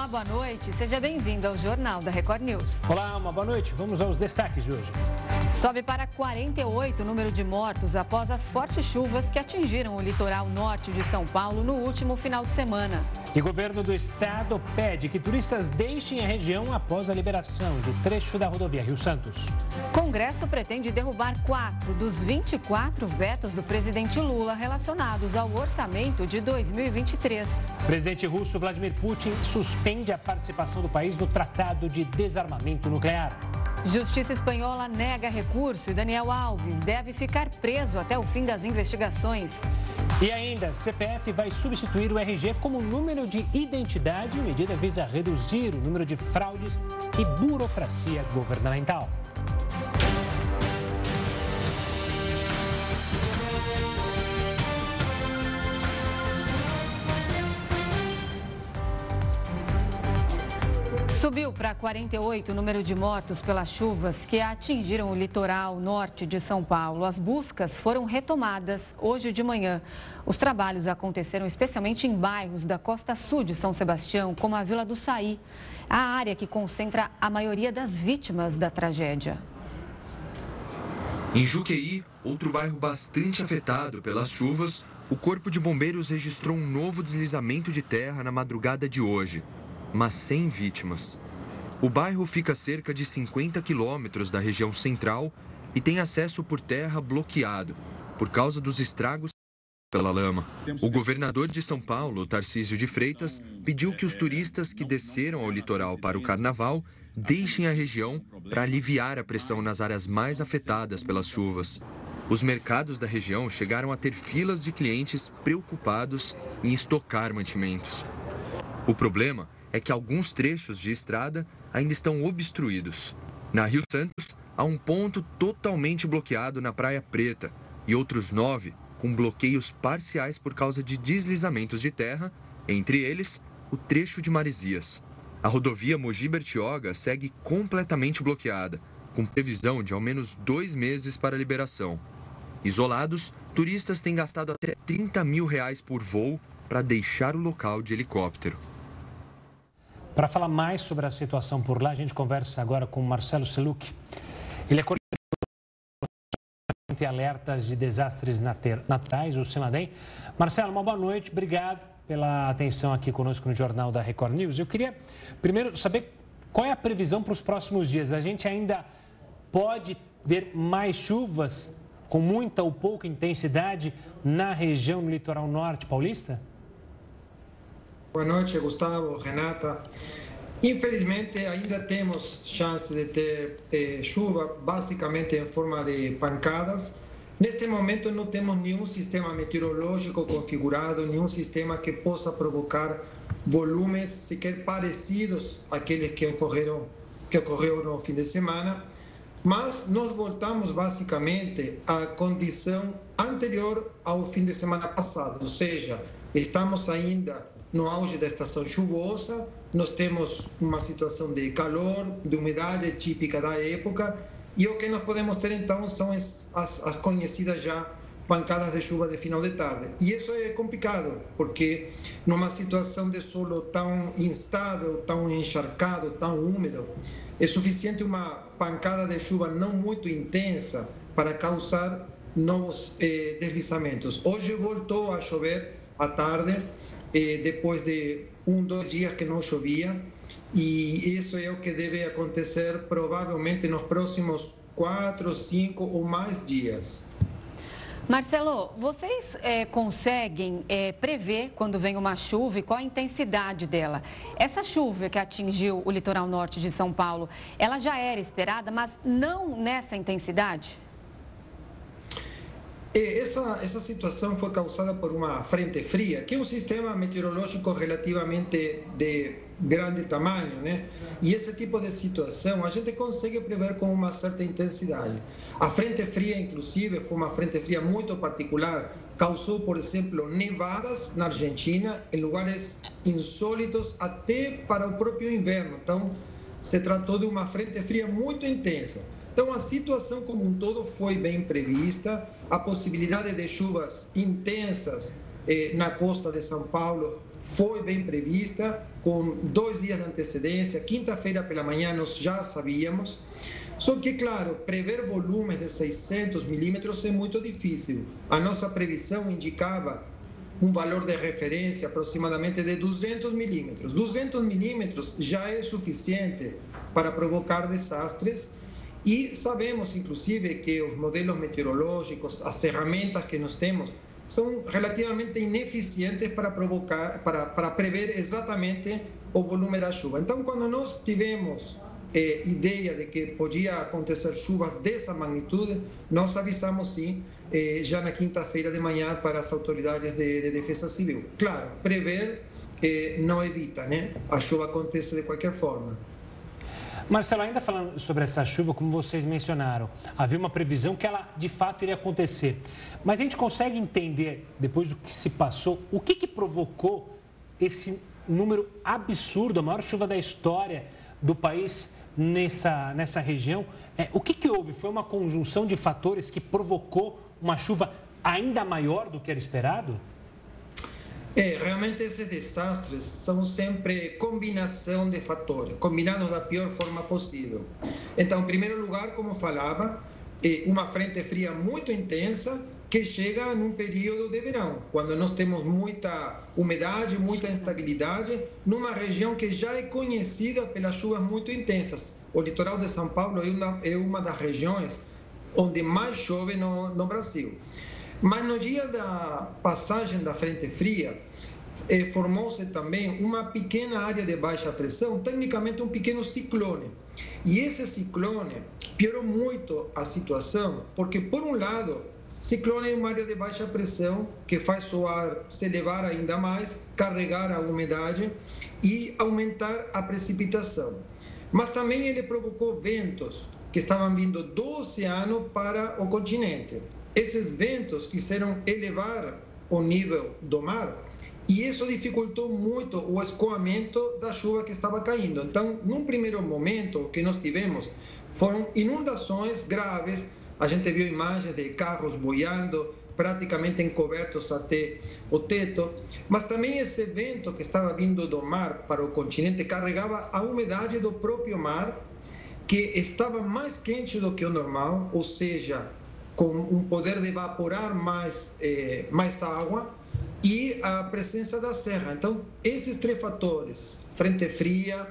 Olá, boa noite. Seja bem-vindo ao Jornal da Record News. Olá, uma boa noite. Vamos aos destaques de hoje. Sobe para 48 o número de mortos após as fortes chuvas que atingiram o litoral norte de São Paulo no último final de semana. E o governo do estado pede que turistas deixem a região após a liberação de trecho da rodovia Rio-Santos. Congresso pretende derrubar 4 dos 24 vetos do presidente Lula relacionados ao orçamento de 2023. O presidente russo Vladimir Putin suspende a participação do país no Tratado de Desarmamento Nuclear. Justiça espanhola nega recurso e Daniel Alves deve ficar preso até o fim das investigações. E ainda, CPF vai substituir o RG como número de identidade. Medida visa reduzir o número de fraudes e burocracia governamental. Subiu para 48 o número de mortos pelas chuvas que atingiram o litoral norte de São Paulo. As buscas foram retomadas hoje de manhã. Os trabalhos aconteceram especialmente em bairros da costa sul de São Sebastião, como a Vila do Saí, a área que concentra a maioria das vítimas da tragédia. Em Juqueí, outro bairro bastante afetado pelas chuvas, o Corpo de Bombeiros registrou um novo deslizamento de terra na madrugada de hoje, mas sem vítimas. O bairro fica a cerca de 50 quilômetros da região central e tem acesso por terra bloqueado, por causa dos estragos pela lama. O governador de São Paulo, Tarcísio de Freitas, pediu que os turistas que desceram ao litoral para o carnaval deixem a região para aliviar a pressão nas áreas mais afetadas pelas chuvas. Os mercados da região chegaram a ter filas de clientes preocupados em estocar mantimentos. O problema é que alguns trechos de estrada ainda estão obstruídos. Na Rio-Santos, há um ponto totalmente bloqueado na Praia Preta e outros 9 com bloqueios parciais por causa de deslizamentos de terra, entre eles o trecho de Maresias. A rodovia Mogi-Bertioga segue completamente bloqueada, com previsão de ao menos 2 meses para a liberação. Isolados, turistas têm gastado até R$30 mil por voo para deixar o local de helicóptero. Para falar mais sobre a situação por lá, a gente conversa agora com o Marcelo Seluc. Ele é coordenador de alertas de desastres naturais, o CEMADEM. Marcelo, uma boa noite, obrigado pela atenção aqui conosco no Jornal da Record News. Eu queria primeiro saber qual é a previsão para os próximos dias. A gente ainda pode ver mais chuvas com muita ou pouca intensidade na região do litoral norte paulista? Boa noite, Gustavo, Renata. Infelizmente, ainda temos chance de ter chuva, basicamente em forma de pancadas. Neste momento, não temos nenhum sistema meteorológico configurado, nenhum sistema que possa provocar volumes sequer parecidos àqueles que ocorreu no fim de semana. Mas nós voltamos basicamente à condição anterior ao fim de semana passado, ou seja, estamos ainda no auge da estação chuvosa, nós temos uma situação de calor, de umidade típica da época, e o que nós podemos ter então são as conhecidas já pancadas de chuva de final de tarde. E isso é complicado, porque numa situação de solo tão instável, tão encharcado, tão úmido, é suficiente uma pancada de chuva não muito intensa para causar novos deslizamentos. Hoje voltou a chover à tarde, depois de 2 dias que não chovia, e isso é o que deve acontecer provavelmente nos próximos 4, 5 ou mais dias. Marcelo, vocês conseguem prever quando vem uma chuva e qual a intensidade dela? Essa chuva que atingiu o litoral norte de São Paulo, ela já era esperada, mas não nessa intensidade? Essa situação foi causada por uma frente fria, que é um sistema meteorológico relativamente de grande tamanho, né? E esse tipo de situação a gente consegue prever com uma certa intensidade. A frente fria, inclusive, foi uma frente fria muito particular, causou, por exemplo, nevadas na Argentina, em lugares insólitos até para o próprio inverno. Então, se tratou de uma frente fria muito intensa. Então, a situação como um todo foi bem prevista, a possibilidade de chuvas intensas na costa de São Paulo foi bem prevista, com 2 dias de antecedência. Quinta-feira pela manhã nós já sabíamos. Só que, claro, prever volumes de 600 milímetros é muito difícil. A nossa previsão indicava um valor de referência aproximadamente de 200 milímetros. 200 milímetros já é suficiente para provocar desastres e sabemos, inclusive, que os modelos meteorológicos, as ferramentas que nós temos, são relativamente ineficientes para prever exatamente o volume da chuva. Então, quando nós tivemos ideia de que podia acontecer chuvas dessa magnitude, nós avisamos sim, já na quinta-feira de manhã para as autoridades de defesa civil. Claro, prever não evita, né? A chuva acontece de qualquer forma. Marcelo, ainda falando sobre essa chuva, como vocês mencionaram, havia uma previsão que ela de fato iria acontecer. Mas a gente consegue entender, depois do que se passou, o que provocou esse número absurdo, a maior chuva da história do país nessa região? O que houve? Foi uma conjunção de fatores que provocou uma chuva ainda maior do que era esperado? Realmente esses desastres são sempre combinação de fatores, combinados da pior forma possível. Então, em primeiro lugar, como falava, uma frente fria muito intensa que chega num período de verão, quando nós temos muita umidade, muita instabilidade, numa região que já é conhecida pelas chuvas muito intensas. O litoral de São Paulo é uma das regiões onde mais chove no Brasil. Mas no dia da passagem da frente fria, formou-se também uma pequena área de baixa pressão, tecnicamente um pequeno ciclone. E esse ciclone piorou muito a situação, porque, por um lado, ciclone é uma área de baixa pressão que faz o ar se elevar ainda mais, carregar a umidade e aumentar a precipitação. Mas também ele provocou ventos que estavam vindo do oceano para o continente. Esses ventos fizeram elevar o nível do mar e isso dificultou muito o escoamento da chuva que estava caindo. Então, num primeiro momento, o que nós tivemos foram inundações graves. A gente viu imagens de carros boiando, praticamente encobertos até o teto, mas também esse vento que estava vindo do mar para o continente carregava a umidade do próprio mar, que estava mais quente do que o normal, ou seja, com um poder de evaporar mais água, e a presença da serra. Então, esses 3 fatores, frente fria,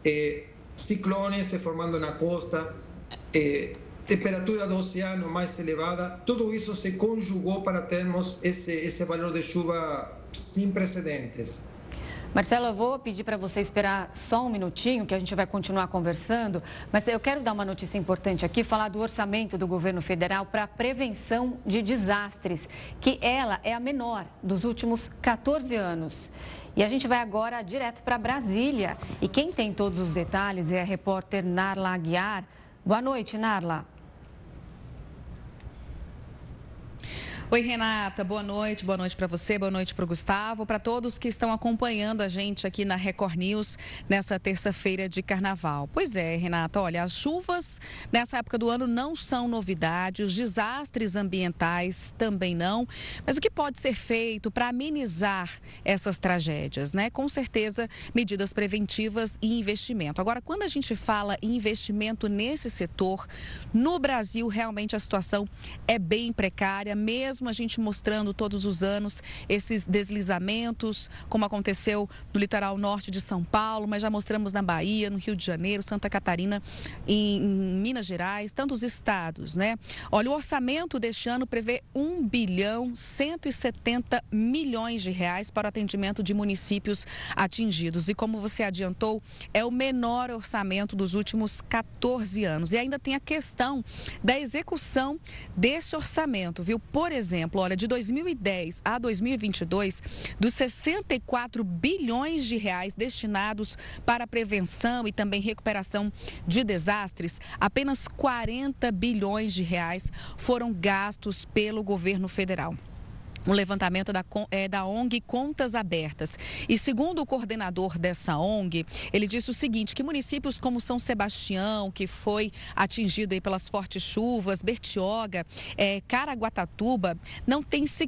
ciclones se formando na costa, temperatura do oceano mais elevada, tudo isso se conjugou para termos esse valor de chuva sem precedentes. Marcelo, eu vou pedir para você esperar só um minutinho, que a gente vai continuar conversando, mas eu quero dar uma notícia importante aqui, falar do orçamento do governo federal para a prevenção de desastres, que ela é a menor dos últimos 14 anos. E a gente vai agora direto para Brasília. E quem tem todos os detalhes é a repórter Narla Aguiar. Boa noite, Narla. Oi, Renata, boa noite para você, boa noite para o Gustavo, para todos que estão acompanhando a gente aqui na Record News nessa terça-feira de carnaval. Pois é, Renata, olha, as chuvas nessa época do ano não são novidade, os desastres ambientais também não, mas o que pode ser feito para amenizar essas tragédias, né? Com certeza, medidas preventivas e investimento. Agora, quando a gente fala em investimento nesse setor, no Brasil, realmente a situação é bem precária, mesmo a gente mostrando todos os anos esses deslizamentos, como aconteceu no litoral norte de São Paulo, mas já mostramos na Bahia, no Rio de Janeiro, Santa Catarina, em Minas Gerais, tantos estados, né? Olha, o orçamento deste ano prevê 1,170 bilhão de reais para o atendimento de municípios atingidos. E como você adiantou, é o menor orçamento dos últimos 14 anos. E ainda tem a questão da execução desse orçamento, viu? Por exemplo, olha, de 2010 a 2022, dos 64 bilhões de reais destinados para prevenção e também recuperação de desastres, apenas 40 bilhões de reais foram gastos pelo governo federal. Um levantamento da ONG Contas Abertas. E segundo o coordenador dessa ONG, ele disse o seguinte, que municípios como São Sebastião, que foi atingido aí pelas fortes chuvas, Bertioga, Caraguatatuba, não tem sequer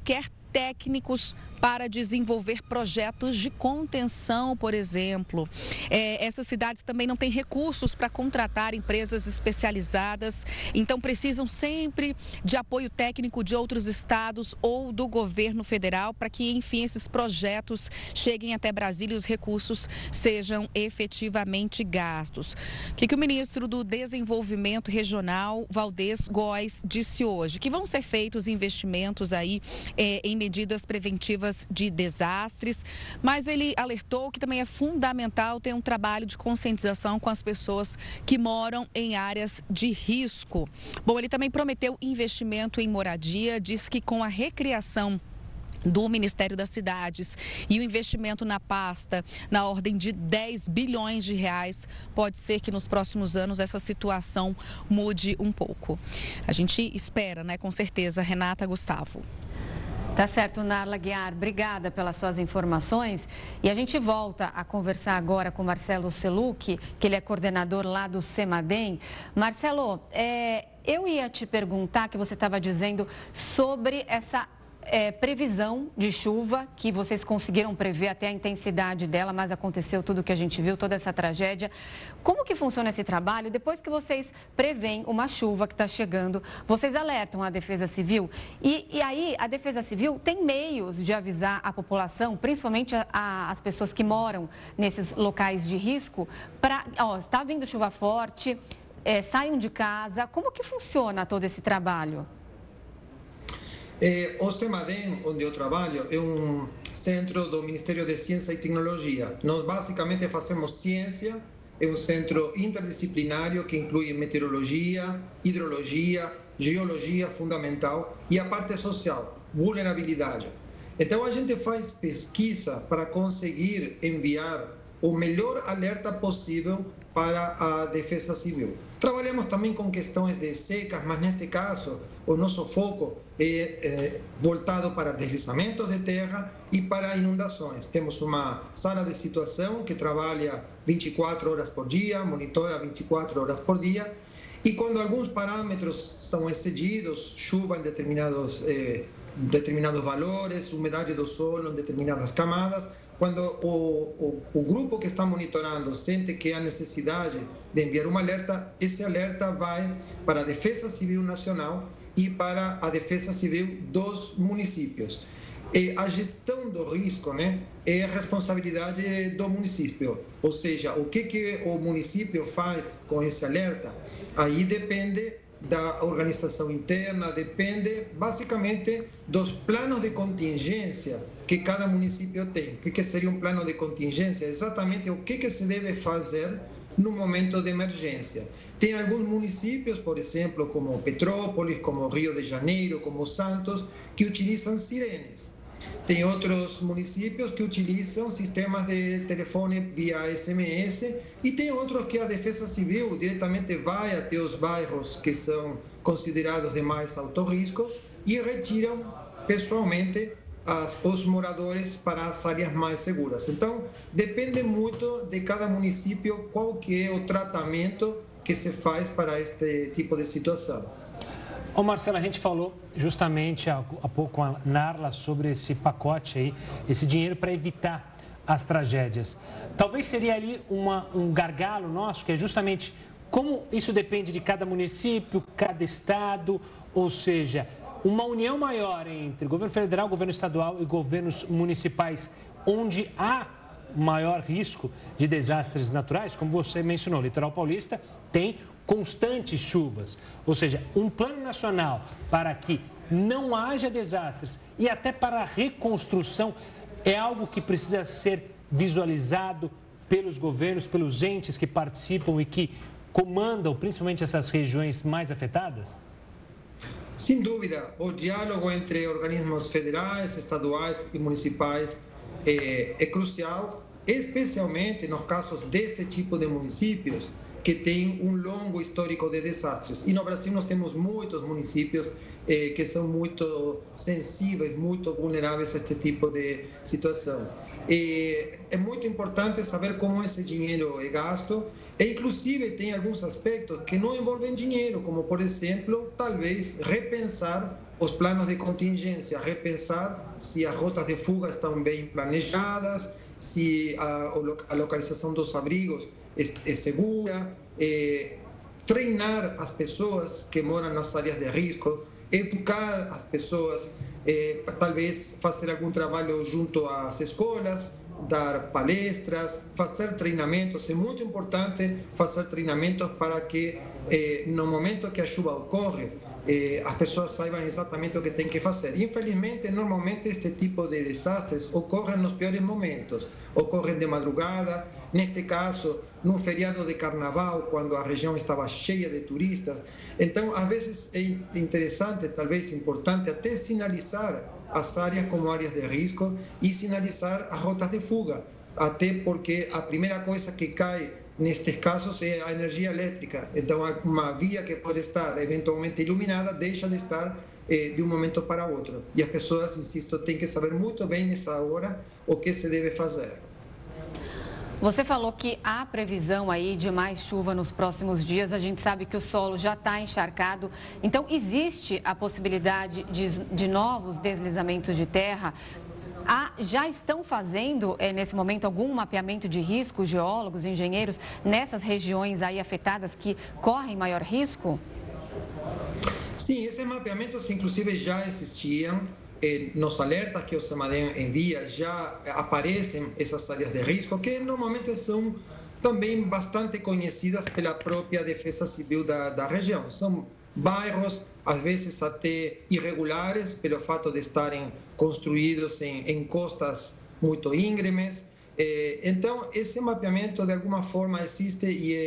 técnicos para desenvolver projetos de contenção, por exemplo. Essas cidades também não têm recursos para contratar empresas especializadas, então precisam sempre de apoio técnico de outros estados ou do governo federal para que, enfim, esses projetos cheguem até Brasília e os recursos sejam efetivamente gastos. O que o ministro do Desenvolvimento Regional, Valdez Góes, disse hoje? Que vão ser feitos investimentos aí em medidas preventivas de desastres, mas ele alertou que também é fundamental ter um trabalho de conscientização com as pessoas que moram em áreas de risco. Bom, ele também prometeu investimento em moradia, diz que com a recriação do Ministério das Cidades e o investimento na pasta na ordem de 10 bilhões de reais, pode ser que nos próximos anos essa situação mude um pouco. A gente espera, né, com certeza. Renata, Gustavo. Tá certo, Narla Guiar, obrigada pelas suas informações. E a gente volta a conversar agora com Marcelo Seluc, que ele é coordenador lá do CEMADEM. Marcelo, eu ia te perguntar, que você estava dizendo sobre essa previsão de chuva, que vocês conseguiram prever até a intensidade dela, mas aconteceu tudo o que a gente viu, toda essa tragédia. Como que funciona esse trabalho? Depois que vocês preveem uma chuva que está chegando, vocês alertam a Defesa Civil e aí a Defesa Civil tem meios de avisar a população, principalmente as pessoas que moram nesses locais de risco, para, está vindo chuva forte, saiam de casa. Como que funciona todo esse trabalho? O CEMADEM, onde eu trabalho, é um centro do Ministério de Ciência e Tecnologia. Nós basicamente fazemos ciência, é um centro interdisciplinário que inclui meteorologia, hidrologia, geologia fundamental e a parte social, vulnerabilidade. Então a gente faz pesquisa para conseguir enviar o melhor alerta possível para a Defesa Civil. Trabalhamos também com questões de secas, mas neste caso o nosso foco é voltado para deslizamentos de terra e para inundações. Temos uma sala de situação que trabalha 24 horas por dia, monitora 24 horas por dia, e quando alguns parâmetros são excedidos, chuva em determinados valores, umidade do solo em determinadas camadas, quando o grupo que está monitorando sente que há necessidade de enviar um alerta, esse alerta vai para a Defesa Civil Nacional e para a Defesa Civil dos municípios. E a gestão do risco, né, é a responsabilidade do município, ou seja, o que o município faz com esse alerta, aí depende da organização interna, depende basicamente dos planos de contingência que cada município tem. O que seria um plano de contingência? Exatamente o que se deve fazer no momento de emergência. Tem alguns municípios, por exemplo, como Petrópolis, como Rio de Janeiro, como Santos, que utilizam sirenes. Tem outros municípios que utilizam sistemas de telefone via SMS e tem outros que a Defesa Civil diretamente vai até os bairros que são considerados de mais alto risco e retiram pessoalmente os moradores para as áreas mais seguras. Então, depende muito de cada município qual que é o tratamento que se faz para este tipo de situação. Ô Marcelo, a gente falou justamente há pouco com a Narla sobre esse pacote aí, esse dinheiro para evitar as tragédias. Talvez seria ali um gargalo nosso, que é justamente como isso depende de cada município, cada estado, ou seja, uma união maior entre governo federal, governo estadual e governos municipais, onde há maior risco de desastres naturais, como você mencionou, o litoral paulista tem constantes chuvas, ou seja, um plano nacional para que não haja desastres e até para a reconstrução é algo que precisa ser visualizado pelos governos, pelos entes que participam e que comandam principalmente essas regiões mais afetadas? Sem dúvida, o diálogo entre organismos federais, estaduais e municipais é crucial. especialmente nos casos deste tipo de municípios que tem um longo histórico de desastres. E no Brasil nós temos muitos municípios que são muito sensíveis, muito vulneráveis a este tipo de situação. É muito importante saber como esse dinheiro é gasto e, inclusive, tem alguns aspectos que não envolvem dinheiro, como, por exemplo, talvez repensar os planos de contingência, repensar se as rotas de fuga estão bem planejadas, se a localização dos abrigos é segura, treinar as pessoas que moram nas áreas de risco, educar as pessoas, talvez fazer algum trabalho junto às escolas, dar palestras, fazer treinamentos. É muito importante fazer treinamentos para que no momento que a chuva ocorre, as pessoas saibam exatamente o que tem que fazer. Infelizmente, normalmente este tipo de desastres ocorrem nos piores momentos, ocorrem de madrugada, neste caso, num feriado de carnaval, quando a região estava cheia de turistas. Então, às vezes é interessante, talvez importante, até sinalizar as áreas como áreas de risco e sinalizar as rotas de fuga, até porque a primeira coisa que cai nestes casos é a energia elétrica. Então, uma via que pode estar eventualmente iluminada deixa de estar de um momento para outro. E as pessoas, insisto, têm que saber muito bem nessa hora o que se deve fazer. Você falou que há previsão aí de mais chuva nos próximos dias. A gente sabe que o solo já está encharcado. Então, existe a possibilidade de novos deslizamentos de terra? Já estão fazendo, nesse momento, algum mapeamento de risco, geólogos, engenheiros, nessas regiões aí afetadas que correm maior risco? Sim, esses mapeamentos, inclusive, já existiam. Nos alertas que o CEMADEM envia, já aparecem essas áreas de risco, que normalmente são também bastante conhecidas pela própria Defesa Civil da região. São bairros, às vezes até irregulares, pelo fato de estarem construídos em costas muito íngremes. Então, esse mapeamento, de alguma forma, existe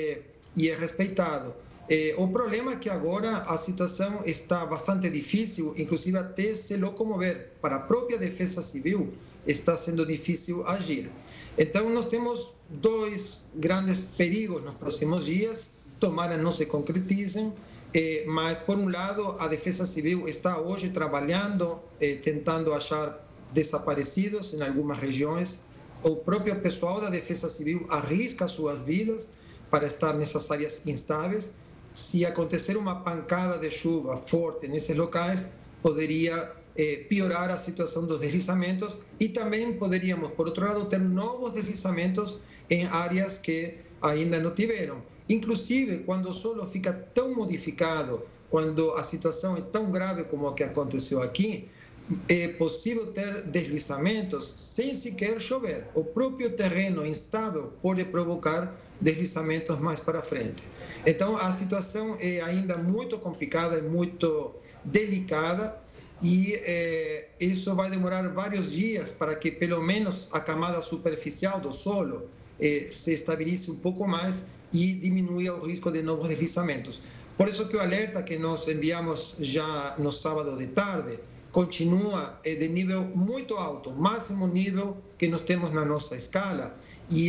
e é respeitado. O problema é que agora a situação está bastante difícil, inclusive até se locomover. Para a própria Defesa Civil está sendo difícil agir. Então, nós temos dois grandes perigos nos próximos dias, tomara não se concretizem, mas, por um lado, a Defesa Civil está hoje trabalhando, tentando achar desaparecidos em algumas regiões. O próprio pessoal da Defesa Civil arrisca suas vidas para estar nessas áreas instáveis. Se acontecer uma pancada de chuva forte nesses locais, poderia piorar a situação dos deslizamentos e também poderíamos, por outro lado, ter novos deslizamentos em áreas que ainda não tiveram. Inclusive, quando o solo fica tão modificado, quando a situação é tão grave como a que aconteceu aqui, é possível ter deslizamentos sem sequer chover. O próprio terreno instável pode provocar deslizamentos mais para frente. Então, a situação é ainda muito complicada, é muito delicada e isso vai demorar vários dias para que, pelo menos, a camada superficial do solo se estabilize um pouco mais e diminua o risco de novos deslizamentos. Por isso que o alerta que nós enviamos já no sábado de tarde continua de nível muito alto, máximo nível que nós temos na nossa escala, e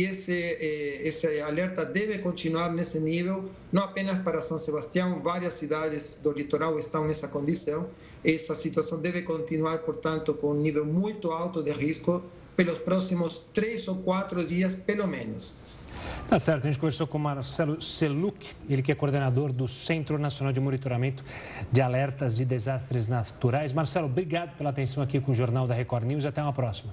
esse alerta deve continuar nesse nível, não apenas para São Sebastião, várias cidades do litoral estão nessa condição. Essa situação deve continuar, portanto, com um nível muito alto de risco pelos próximos 3 ou 4 dias, pelo menos. Tá certo, a gente conversou com o Marcelo Seluk, ele que é coordenador do Centro Nacional de Monitoramento de Alertas de Desastres Naturais. Marcelo, obrigado pela atenção aqui com o Jornal da Record News e até uma próxima.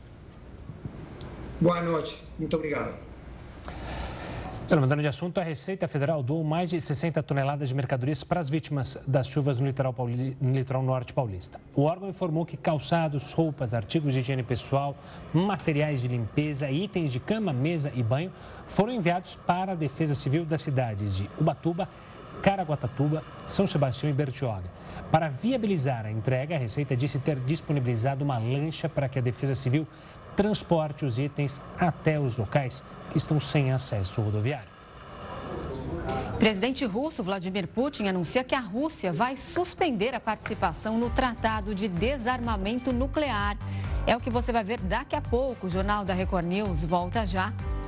Boa noite, muito obrigado. Mudando de assunto, a Receita Federal doou mais de 60 toneladas de mercadorias para as vítimas das chuvas no litoral norte paulista. O órgão informou que calçados, roupas, artigos de higiene pessoal, materiais de limpeza, itens de cama, mesa e banho foram enviados para a Defesa Civil das cidades de Ubatuba, Caraguatatuba, São Sebastião e Bertioga. Para viabilizar a entrega, a Receita disse ter disponibilizado uma lancha para que a Defesa Civil transporte os itens até os locais que estão sem acesso rodoviário. O presidente russo Vladimir Putin anuncia que a Rússia vai suspender a participação no Tratado de Desarmamento Nuclear. É o que você vai ver daqui a pouco. O Jornal da Record News volta já.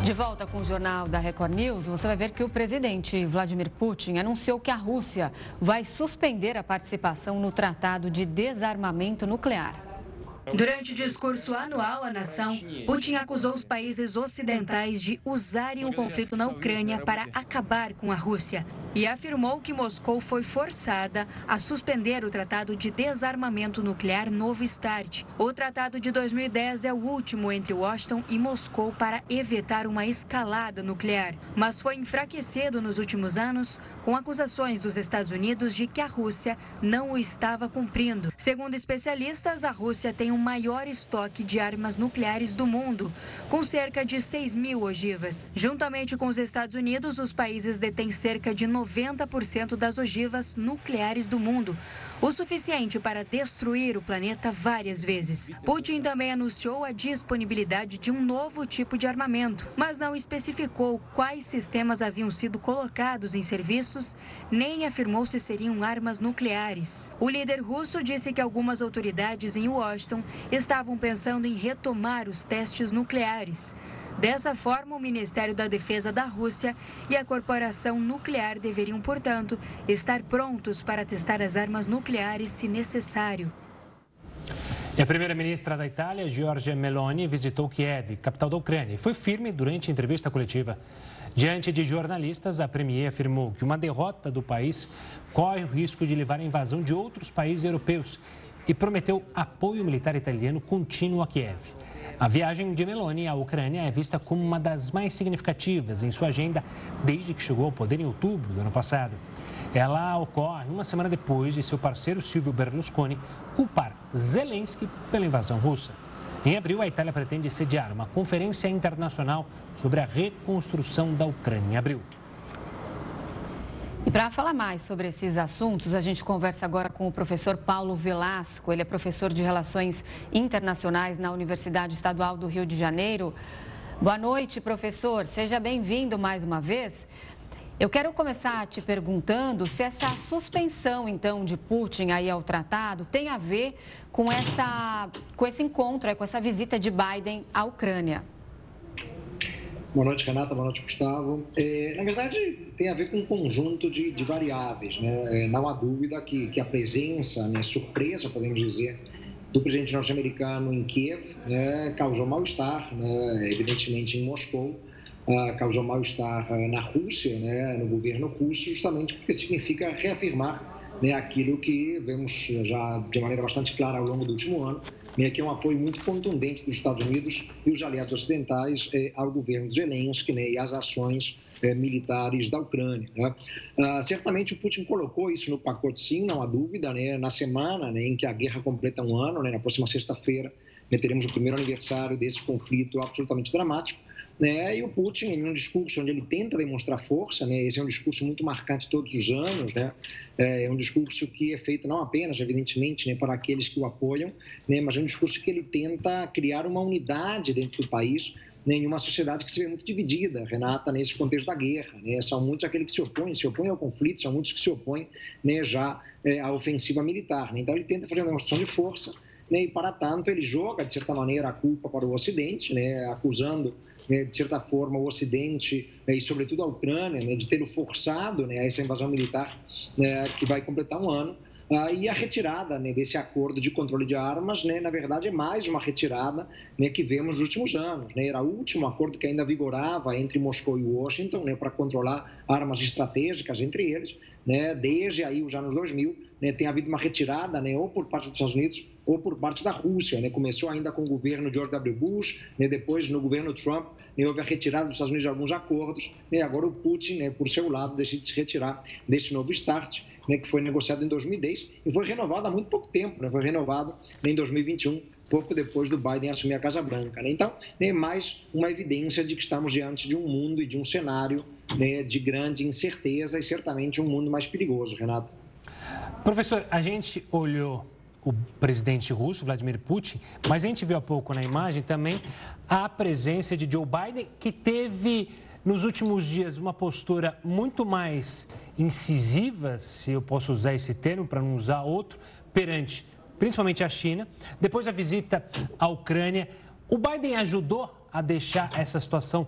De volta com o Jornal da Record News, você vai ver que o presidente Vladimir Putin anunciou que a Rússia vai suspender a participação no Tratado de Desarmamento Nuclear. Durante o discurso anual à nação, Putin acusou os países ocidentais de usarem o conflito na Ucrânia para acabar com a Rússia e afirmou que Moscou foi forçada a suspender o Tratado de Desarmamento Nuclear Novo START. O tratado de 2010 é o último entre Washington e Moscou para evitar uma escalada nuclear, mas foi enfraquecido nos últimos anos com acusações dos Estados Unidos de que a Rússia não o estava cumprindo. Segundo especialistas, a Rússia tem o maior estoque de armas nucleares do mundo, com cerca de 6.000 ogivas. Juntamente com os Estados Unidos, os países detêm cerca de 90% das ogivas nucleares do mundo, o suficiente para destruir o planeta várias vezes. Putin também anunciou a disponibilidade de um novo tipo de armamento, mas não especificou quais sistemas haviam sido colocados em serviços, nem afirmou se seriam armas nucleares. O líder russo disse que algumas autoridades em Washington estavam pensando em retomar os testes nucleares. Dessa forma, o Ministério da Defesa da Rússia e a Corporação Nuclear deveriam, portanto, estar prontos para testar as armas nucleares se necessário. E a primeira-ministra da Itália, Giorgia Meloni, visitou Kiev, capital da Ucrânia, e foi firme durante a entrevista coletiva. Diante de jornalistas, a premier afirmou que uma derrota do país corre o risco de levar à invasão de outros países europeus e prometeu apoio militar italiano contínuo a Kiev. A viagem de Meloni à Ucrânia é vista como uma das mais significativas em sua agenda desde que chegou ao poder em outubro do ano passado. Ela ocorre uma semana depois de seu parceiro Silvio Berlusconi culpar Zelensky pela invasão russa. Em abril, a Itália pretende sediar uma conferência internacional sobre a reconstrução da Ucrânia. Em abril. E para falar mais sobre esses assuntos, a gente conversa agora com o professor Paulo Velasco. Ele é professor de Relações Internacionais na Universidade Estadual do Rio de Janeiro. Boa noite, professor. Seja bem-vindo mais uma vez. Eu quero começar te perguntando se essa suspensão, então, de Putin aí ao tratado tem a ver com esse encontro, com essa visita de Biden à Ucrânia. Boa noite, Renata. Boa noite, Gustavo. Na verdade, tem a ver com um conjunto de variáveis, né? Não há dúvida que a presença, né, surpresa, podemos dizer, do presidente norte-americano em Kiev, né, causou mal-estar, né, evidentemente, em Moscou, causou mal-estar na Rússia, né, no governo russo, justamente porque significa reafirmar, né, aquilo que vemos já de maneira bastante clara ao longo do último ano, né, que é um apoio muito contundente dos Estados Unidos e os aliados ocidentais ao governo de Zelensky, né, e às ações militares da Ucrânia, né. Certamente o Putin colocou isso no pacote, sim, não há dúvida, né, na semana, né, em que a guerra completa um ano, né, na próxima sexta-feira, né, teremos o primeiro aniversário desse conflito absolutamente dramático. Né? E o Putin, em um discurso onde ele tenta demonstrar força, né? Esse é um discurso muito marcante todos os anos, né? É um discurso que é feito não apenas, evidentemente, né, para aqueles que o apoiam, né, mas é um discurso que ele tenta criar uma unidade dentro do país, né, em uma sociedade que se vê muito dividida, Renata, nesse contexto da guerra, né? São muitos aqueles que se opõem ao conflito, são muitos que se opõem, né, já à ofensiva militar, né? Então ele tenta fazer uma demonstração de força, né, e para tanto ele joga, de certa maneira, a culpa para o Ocidente, né, acusando, né, de certa forma, o Ocidente, né, e sobretudo a Ucrânia, né, de ter forçado, né, a essa invasão militar, né, que vai completar um ano. E a retirada, né, desse acordo de controle de armas, né, na verdade, é mais uma retirada, né, que vemos nos últimos anos, né. Era o último acordo que ainda vigorava entre Moscou e Washington, né, para controlar armas estratégicas entre eles, né. Desde aí, os anos 2000, né, tem havido uma retirada, né, ou por parte dos Estados Unidos ou por parte da Rússia, né. Começou ainda com o governo George W. Bush, né, depois no governo Trump, né, houve a retirada dos Estados Unidos de alguns acordos, né, agora o Putin, né, por seu lado, decide se retirar desse novo START, né, que foi negociado em 2010 e foi renovado há muito pouco tempo, né, foi renovado em 2021, pouco depois do Biden assumir a Casa Branca, né. Então, é mais uma evidência de que estamos diante de um mundo e de um cenário, né, de grande incerteza e certamente um mundo mais perigoso, Renato. Professor, a gente olhou o presidente russo, Vladimir Putin, mas a gente viu há pouco na imagem também a presença de Joe Biden, que teve nos últimos dias uma postura muito mais incisiva, se eu posso usar esse termo para não usar outro, perante principalmente a China. Depois da visita à Ucrânia, o Biden ajudou a deixar essa situação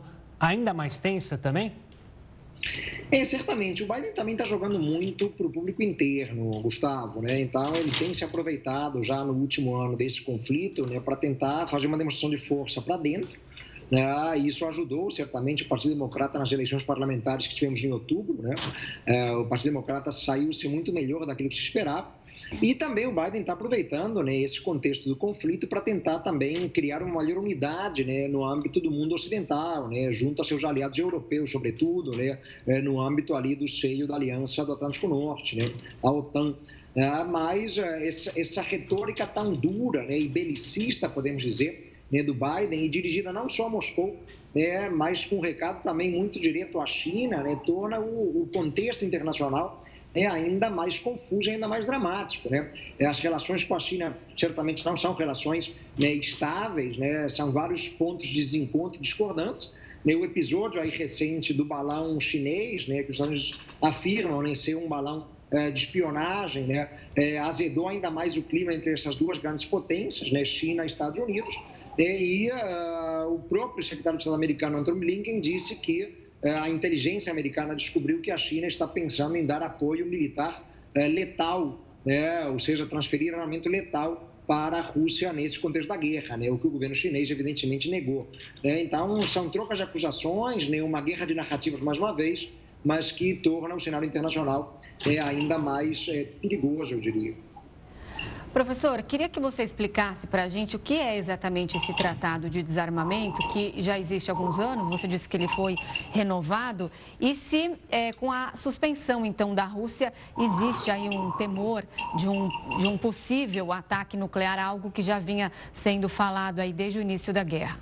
ainda mais tensa também? Certamente. O Biden também está jogando muito para o público interno, Gustavo, né? Então, ele tem se aproveitado já no último ano desse conflito, né, para tentar fazer uma demonstração de força para dentro. Isso ajudou certamente o Partido Democrata nas eleições parlamentares que tivemos em outubro, né? O Partido Democrata saiu-se muito melhor daquilo que se esperava, e também o Biden está aproveitando, né, esse contexto do conflito para tentar também criar uma maior unidade, né, no âmbito do mundo ocidental, né, junto a seus aliados europeus, sobretudo, né, no âmbito ali do seio da Aliança do Atlântico Norte, né, a OTAN. Mas essa retórica tão dura, né, e belicista, podemos dizer, né, do Biden, e dirigida não só a Moscou, né, mas com um recado também muito direto à China, né, torna o contexto internacional ainda mais confuso, ainda mais dramático, né? As relações com a China certamente não são relações, né, estáveis, né? São vários pontos de desencontro e discordância. O episódio aí recente do balão chinês, né, que os Estados Unidos afirmam, né, ser um balão de espionagem, né, azedou ainda mais o clima entre essas duas grandes potências, né, China e Estados Unidos. E o próprio secretário de Estado americano, Antony Blinken, disse que a inteligência americana descobriu que a China está pensando em dar apoio militar letal, né, ou seja, transferir armamento letal para a Rússia nesse contexto da guerra, né, o que o governo chinês evidentemente negou. Então, são trocas de acusações, né, uma guerra de narrativas mais uma vez, mas que torna o cenário internacional ainda mais perigoso, eu diria. Professor, queria que você explicasse para a gente o que é exatamente esse tratado de desarmamento, que já existe há alguns anos, você disse que ele foi renovado, e se com a suspensão, então, da Rússia, existe aí um temor de um possível ataque nuclear, algo que já vinha sendo falado aí desde o início da guerra.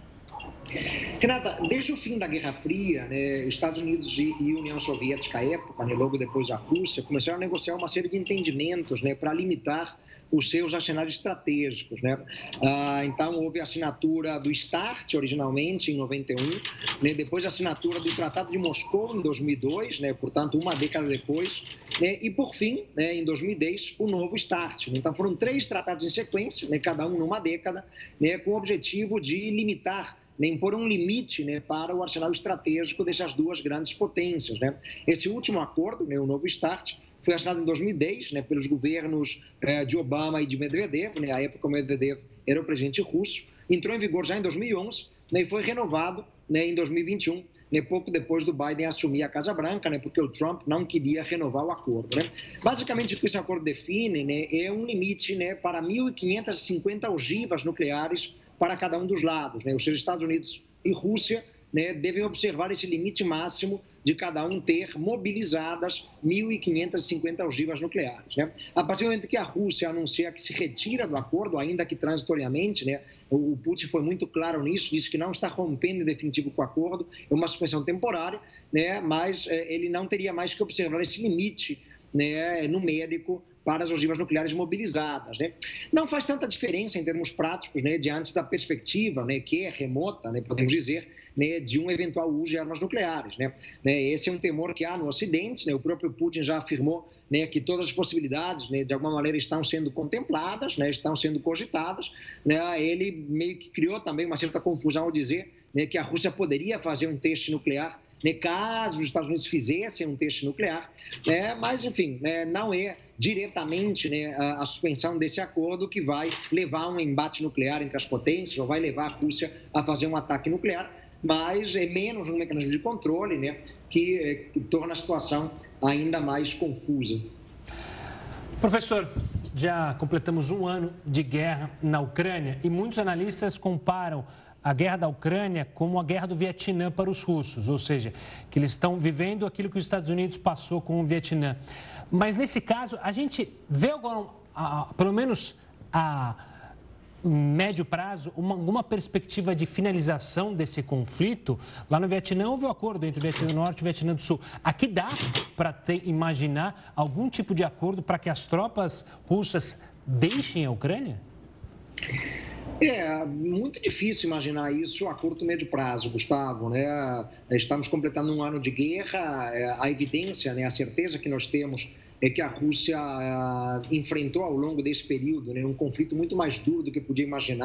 Renata, desde o fim da Guerra Fria, né, Estados Unidos e União Soviética à época, né, logo depois a Rússia, começaram a negociar uma série de entendimentos, né, para limitar os seus arsenais estratégicos, né? Então, houve a assinatura do START, originalmente, em 91, né? Depois a assinatura do Tratado de Moscou, em 2002, né? Portanto, uma década depois, né? E, por fim, né, em 2010, o novo START. Então, foram 3 tratados em sequência, né? Cada um numa década, né? Com o objetivo de limitar, né, impor um limite, né, para o arsenal estratégico dessas duas grandes potências, né? Esse último acordo, né, o novo START, foi assinado em 2010, né, pelos governos de Obama e de Medvedev, né, à época o Medvedev era o presidente russo, entrou em vigor já em 2011, né, e foi renovado, né, em 2021, né, pouco depois do Biden assumir a Casa Branca, né, porque o Trump não queria renovar o acordo, né? Basicamente, o que esse acordo define, né, é um limite, né, para 1.550 ogivas nucleares para cada um dos lados, né? Os Estados Unidos e Rússia, né, devem observar esse limite máximo de cada um ter mobilizadas 1.550 ogivas nucleares, né? A partir do momento que a Rússia anuncia que se retira do acordo, ainda que transitoriamente, né, o Putin foi muito claro nisso, disse que não está rompendo em definitivo com o acordo, é uma suspensão temporária, né, mas ele não teria mais que observar esse limite, né, numérico para as ogivas nucleares mobilizadas, né? Não faz tanta diferença em termos práticos, né, diante da perspectiva, né, que é remota, né, podemos dizer, né, de um eventual uso de armas nucleares, né? Esse é um temor que há no Ocidente, né? O próprio Putin já afirmou, né, que todas as possibilidades, né, de alguma maneira estão sendo contempladas, né, estão sendo cogitadas, né? Ele meio que criou também uma certa confusão ao dizer, né, que a Rússia poderia fazer um teste nuclear, né, caso os Estados Unidos fizessem um teste nuclear, né, mas, enfim, né, não é diretamente, né, a suspensão desse acordo que vai levar a um embate nuclear entre as potências ou vai levar a Rússia a fazer um ataque nuclear, mas é menos um mecanismo de controle, né, que torna a situação ainda mais confusa. Professor, já completamos um ano de guerra na Ucrânia e muitos analistas comparam a guerra da Ucrânia como a guerra do Vietnã para os russos, ou seja, que eles estão vivendo aquilo que os Estados Unidos passou com o Vietnã. Mas, nesse caso, a gente vê agora, pelo menos a médio prazo, alguma perspectiva de finalização desse conflito? Lá no Vietnã houve um acordo entre o Vietnã do Norte e o Vietnã do Sul. Aqui dá para imaginar algum tipo de acordo para que as tropas russas deixem a Ucrânia? É muito difícil imaginar isso a curto e médio prazo, Gustavo, né? Estamos completando um ano de guerra, a evidência, né, a certeza que nós temos é que a Rússia enfrentou ao longo desse período, né, um conflito muito mais duro do que podia imaginar,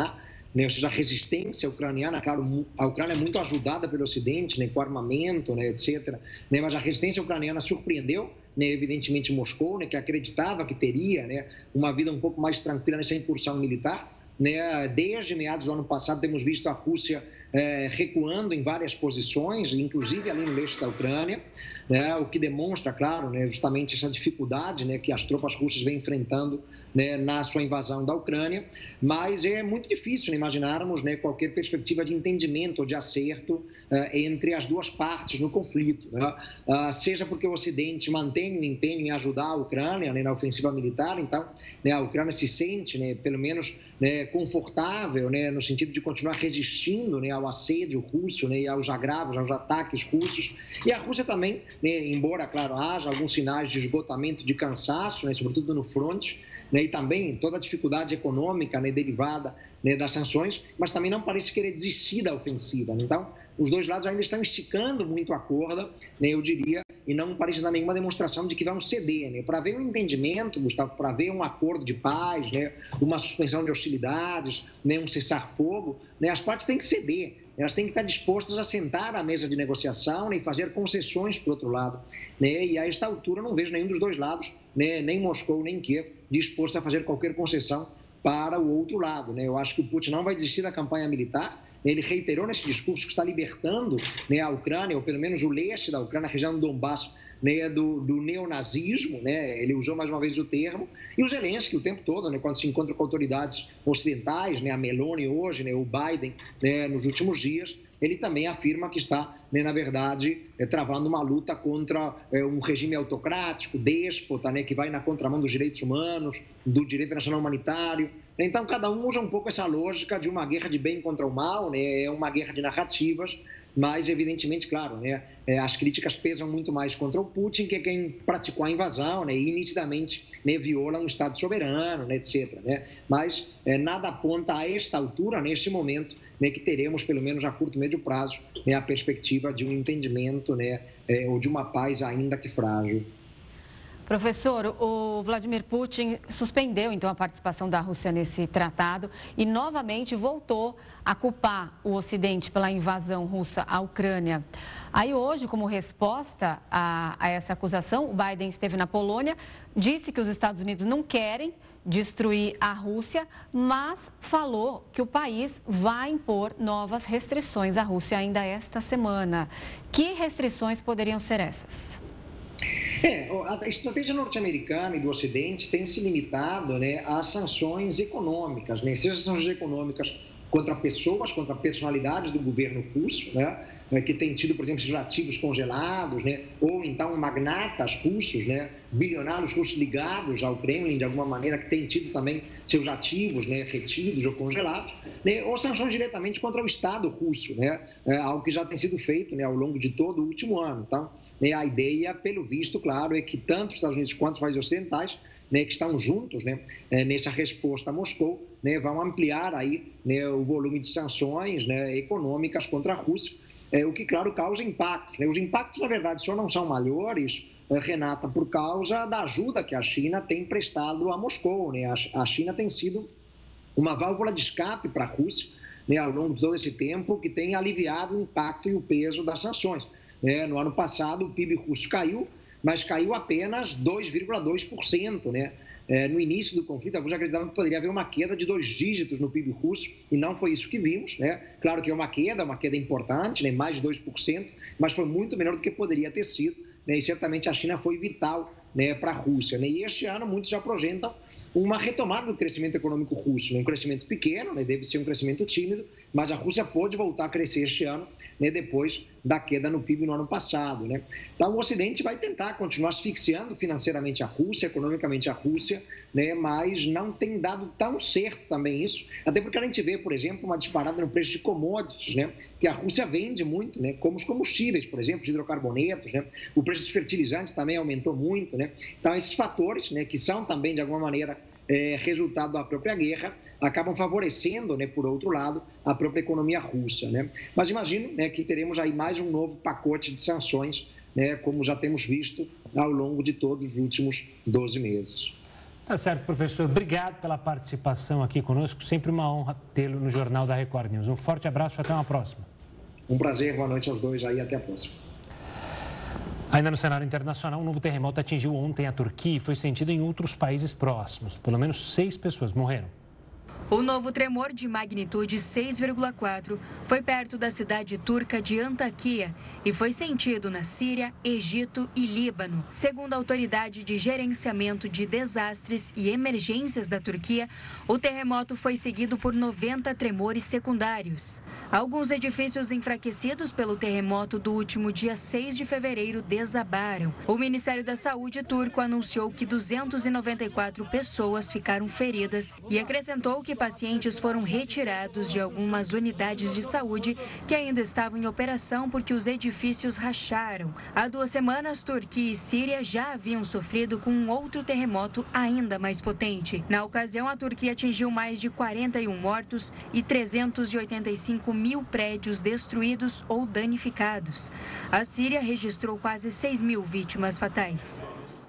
né? Ou seja, a resistência ucraniana, claro, a Ucrânia é muito ajudada pelo Ocidente, né? Com armamento, né? Etc. Né? Mas a resistência ucraniana surpreendeu, né? Evidentemente, Moscou, né? Que acreditava que teria, né? Uma vida um pouco mais tranquila nessa incursão militar. Né? Desde meados do ano passado, temos visto a Rússia recuando em várias posições, inclusive ali no leste da Ucrânia, né? O que demonstra, claro, né? Justamente essa dificuldade, né? Que as tropas russas vêm enfrentando, né? Na sua invasão da Ucrânia. Mas é muito difícil, né? Imaginarmos, né? Qualquer perspectiva de entendimento ou de acerto entre as duas partes no conflito, né? Seja porque o Ocidente mantém o empenho em ajudar a Ucrânia, né? Na ofensiva militar, então, né? A Ucrânia se sente, né? Pelo menos, né? Confortável, né? No sentido de continuar resistindo, né? Ao assédio russo, né? E aos agravos, aos ataques russos. E a Rússia também, né? Embora, claro, haja alguns sinais de esgotamento, de cansaço, né? Sobretudo no fronte, né? E também toda a dificuldade econômica, né? Derivada, né? Das sanções, mas também não parece querer desistir da ofensiva. Né? Então, os dois lados ainda estão esticando muito a corda, né? Eu diria, e não parece dar nenhuma demonstração de que vão ceder, né? Para haver um entendimento, Gustavo, para haver um acordo de paz, né? Uma suspensão de hostilidades, né? Um cessar-fogo, né? As partes têm que ceder. Elas têm que estar dispostas a sentar à mesa de negociação, né, e fazer concessões para o outro lado. Né? E a esta altura não vejo nenhum dos dois lados, né, nem Moscou nem Kiev, disposto a fazer qualquer concessão para o outro lado. Né? Eu acho que o Putin não vai desistir da campanha militar. Ele reiterou nesse discurso que está libertando, né, a Ucrânia, ou pelo menos o leste da Ucrânia, a região do Donbass, né, do neonazismo, né? Ele usou mais uma vez o termo, e o Zelensky o tempo todo, né, quando se encontra com autoridades ocidentais, né, a Meloni hoje, né, o Biden, né, nos últimos dias, ele também afirma que está, né, na verdade, travando uma luta contra um regime autocrático, déspota, né, que vai na contramão dos direitos humanos, do direito nacional humanitário. Então, cada um usa um pouco essa lógica de uma guerra de bem contra o mal, né, é uma guerra de narrativas, mas, evidentemente, claro, né, as críticas pesam muito mais contra o Putin, que é quem praticou a invasão, né, e nitidamente, né, viola um Estado soberano, né, etc. Né? Mas nada aponta a esta altura, neste momento, né, que teremos, pelo menos a curto e médio prazo, né, a perspectiva de um entendimento, né, ou de uma paz ainda que frágil. Professor, o Vladimir Putin suspendeu, então, a participação da Rússia nesse tratado e, novamente, voltou a culpar o Ocidente pela invasão russa à Ucrânia. Aí, hoje, como resposta a essa acusação, o Biden esteve na Polônia, disse que os Estados Unidos não querem destruir a Rússia, mas falou que o país vai impor novas restrições à Rússia ainda esta semana. Que restrições poderiam ser essas? A estratégia norte-americana e do Ocidente tem se limitado, né, às sanções econômicas, né, seja sanções econômicas contra pessoas, contra personalidades do governo russo, né, que tem tido, por exemplo, seus ativos congelados, né, ou então magnatas russos, né, bilionários russos ligados ao Kremlin de alguma maneira, que têm tido também seus ativos, né, retidos ou congelados, né, ou sanções diretamente contra o Estado russo, né, algo que já tem sido feito, né, ao longo de todo o último ano. Então, né, a ideia, pelo visto, claro, é que tanto os Estados Unidos quanto os países ocidentais, né, que estão juntos, né, nessa resposta a Moscou, né, vão ampliar aí, né, o volume de sanções, né, econômicas contra a Rússia, o que, claro, causa impactos. Né? Os impactos, na verdade, só não são maiores, Renata, por causa da ajuda que a China tem prestado a Moscou. Né? A China tem sido uma válvula de escape para a Rússia, né, ao longo de todo esse tempo, que tem aliviado o impacto e o peso das sanções. No ano passado, o PIB russo caiu, mas caiu apenas 2,2%, né? No início do conflito, alguns acreditavam que poderia haver uma queda de 2 dígitos no PIB russo, e não foi isso que vimos, né? Claro que é uma queda importante, né? Mais de 2%, mas foi muito menor do que poderia ter sido, né? E certamente a China foi vital, né, para a Rússia. Né? E este ano muitos já projetam uma retomada do crescimento econômico russo, né? Um crescimento pequeno, né? Deve ser um crescimento tímido, mas a Rússia pode voltar a crescer este ano, né? Depois da queda no PIB no ano passado. Né? Então o Ocidente vai tentar continuar asfixiando financeiramente a Rússia, economicamente a Rússia, né? Mas não tem dado tão certo também isso, até porque a gente vê, por exemplo, uma disparada no preço de commodities, né? Que a Rússia vende muito, né? Como os combustíveis, por exemplo, os hidrocarbonetos, né? O preço dos fertilizantes também aumentou muito. Né? Então, esses fatores, né, que são também, de alguma maneira, resultado da própria guerra, acabam favorecendo, né, por outro lado, a própria economia russa. Né? Mas imagino, né, que teremos aí mais um novo pacote de sanções, né, como já temos visto ao longo de todos os últimos 12 meses. Tá certo, professor. Obrigado pela participação aqui conosco. Sempre uma honra tê-lo no Jornal da Record News. Um forte abraço e até uma próxima. Um prazer, boa noite aos dois aí, até a próxima. Ainda no cenário internacional, um novo terremoto atingiu ontem a Turquia e foi sentido em outros países próximos. Pelo menos 6 pessoas morreram. O novo tremor de magnitude 6,4 foi perto da cidade turca de Antakya e foi sentido na Síria, Egito e Líbano. Segundo a Autoridade de Gerenciamento de Desastres e Emergências da Turquia, o terremoto foi seguido por 90 tremores secundários. Alguns edifícios enfraquecidos pelo terremoto do último dia 6 de fevereiro desabaram. O Ministério da Saúde turco anunciou que 294 pessoas ficaram feridas e acrescentou que pacientes foram retirados de algumas unidades de saúde que ainda estavam em operação porque os edifícios racharam. Há 2 semanas, Turquia e Síria já haviam sofrido com um outro terremoto ainda mais potente. Na ocasião, a Turquia atingiu mais de 41 mortos e 385 mil prédios destruídos ou danificados. A Síria registrou quase 6 mil vítimas fatais.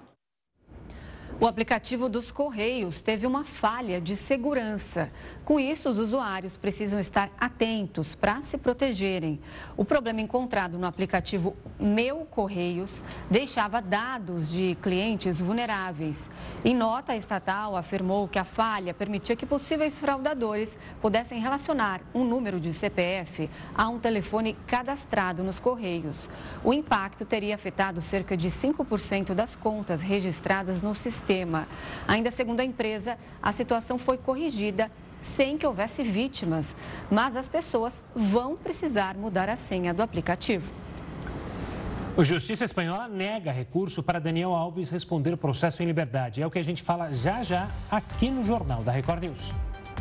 O aplicativo dos Correios teve uma falha de segurança. Com isso, os usuários precisam estar atentos para se protegerem. O problema encontrado no aplicativo Meu Correios deixava dados de clientes vulneráveis. Em nota, a estatal afirmou que a falha permitia que possíveis fraudadores pudessem relacionar um número de CPF a um telefone cadastrado nos Correios. O impacto teria afetado cerca de 5% das contas registradas no sistema. Ainda segundo a empresa, a situação foi corrigida sem que houvesse vítimas, mas as pessoas vão precisar mudar a senha do aplicativo. A Justiça Espanhola nega recurso para Daniel Alves responder o processo em liberdade. É o que a gente fala já já aqui no Jornal da Record News.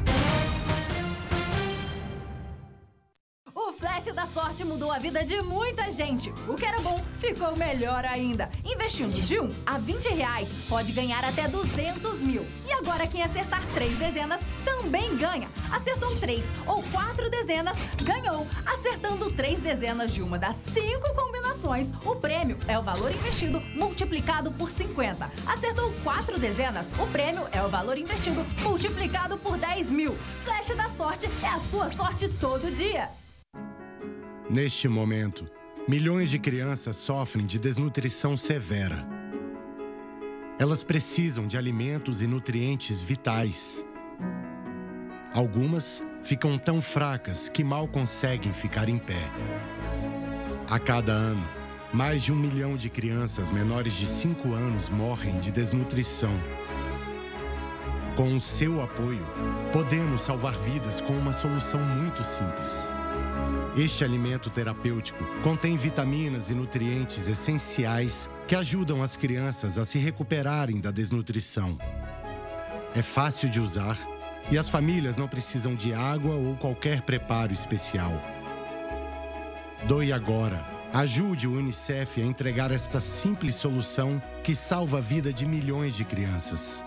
O Flash da Sorte mudou a vida de muita gente. O que era bom ficou melhor ainda. Investindo de R$1 a R$20, pode ganhar até 200 mil. E agora quem acertar 3 dezenas também ganha. Acertou 3 ou 4 dezenas, ganhou. Acertando 3 dezenas de uma das 5 combinações, o prêmio é o valor investido multiplicado por 50. Acertou 4 dezenas, o prêmio é o valor investido multiplicado por 10 mil. Flash da Sorte é a sua sorte todo dia. Neste momento, milhões de crianças sofrem de desnutrição severa. Elas precisam de alimentos e nutrientes vitais. Algumas ficam tão fracas que mal conseguem ficar em pé. A cada ano, mais de 1 milhão de crianças menores de 5 anos morrem de desnutrição. Com o seu apoio, podemos salvar vidas com uma solução muito simples. Este alimento terapêutico contém vitaminas e nutrientes essenciais que ajudam as crianças a se recuperarem da desnutrição. É fácil de usar e as famílias não precisam de água ou qualquer preparo especial. Doe agora. Ajude o UNICEF a entregar esta simples solução que salva a vida de milhões de crianças.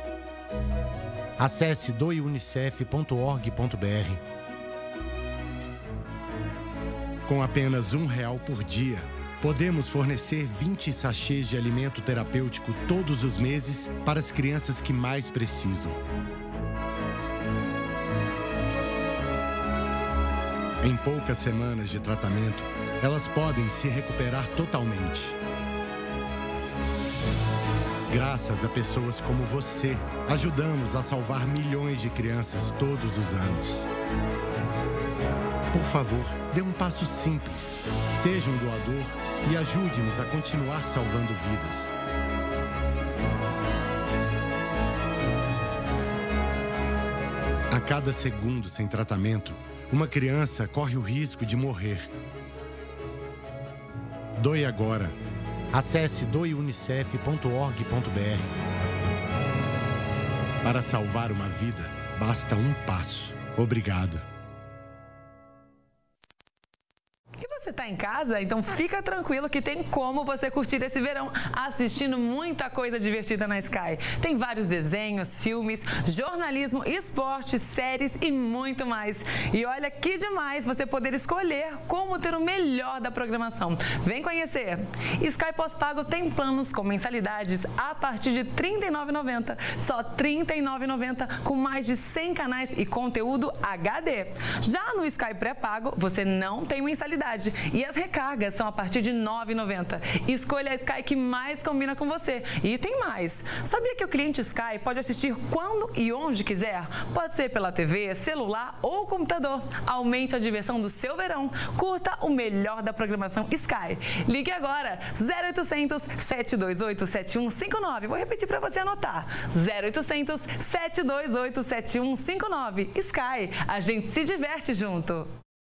Acesse doeunicef.org.br. Com apenas R$1 por dia, podemos fornecer 20 sachês de alimento terapêutico todos os meses para as crianças que mais precisam. Em poucas semanas de tratamento, elas podem se recuperar totalmente. Graças a pessoas como você, ajudamos a salvar milhões de crianças todos os anos. Por favor, dê um passo simples. Seja um doador e ajude-nos a continuar salvando vidas. A cada segundo sem tratamento, uma criança corre o risco de morrer. Doe agora. Acesse doeunicef.org.br. Para salvar uma vida, basta um passo. Obrigado. E você está em casa, então fica tranquilo que tem como você curtir esse verão assistindo muita coisa divertida na Sky. Tem vários desenhos, filmes, jornalismo, esporte, séries e muito mais. E olha que demais você poder escolher como ter o melhor da programação. Vem conhecer! Sky pós-pago tem planos com mensalidades a partir de R$ 39,90. Só R$ 39,90 com mais de 100 canais e conteúdo HD. Já no Sky pré-pago, você não tem mensalidade e as recargas são a partir de R$ 9,90. Escolha a Sky que mais combina com você. E tem mais. Sabia que o cliente Sky pode assistir quando e onde quiser? Pode ser pela TV, celular ou computador. Aumente a diversão do seu verão. Curta o melhor da programação Sky. Ligue agora, 0800 728 7159. Vou repetir para você anotar. 0800 728 7159. Sky, a gente se diverte junto.